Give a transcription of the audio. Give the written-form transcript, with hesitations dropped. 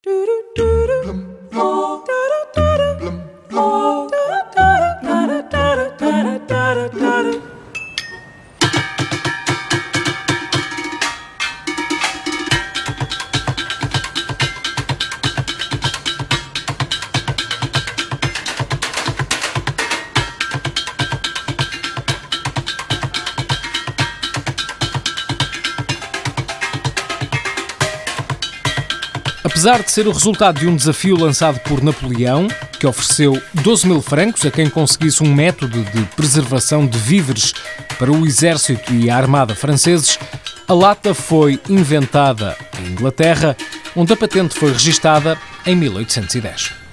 Apesar de ser o resultado de um desafio lançado por Napoleão, que ofereceu 12.000 francos a quem conseguisse um método de preservação de víveres para o exército e a armada franceses, a lata foi inventada em Inglaterra, onde a patente foi registada em 1810.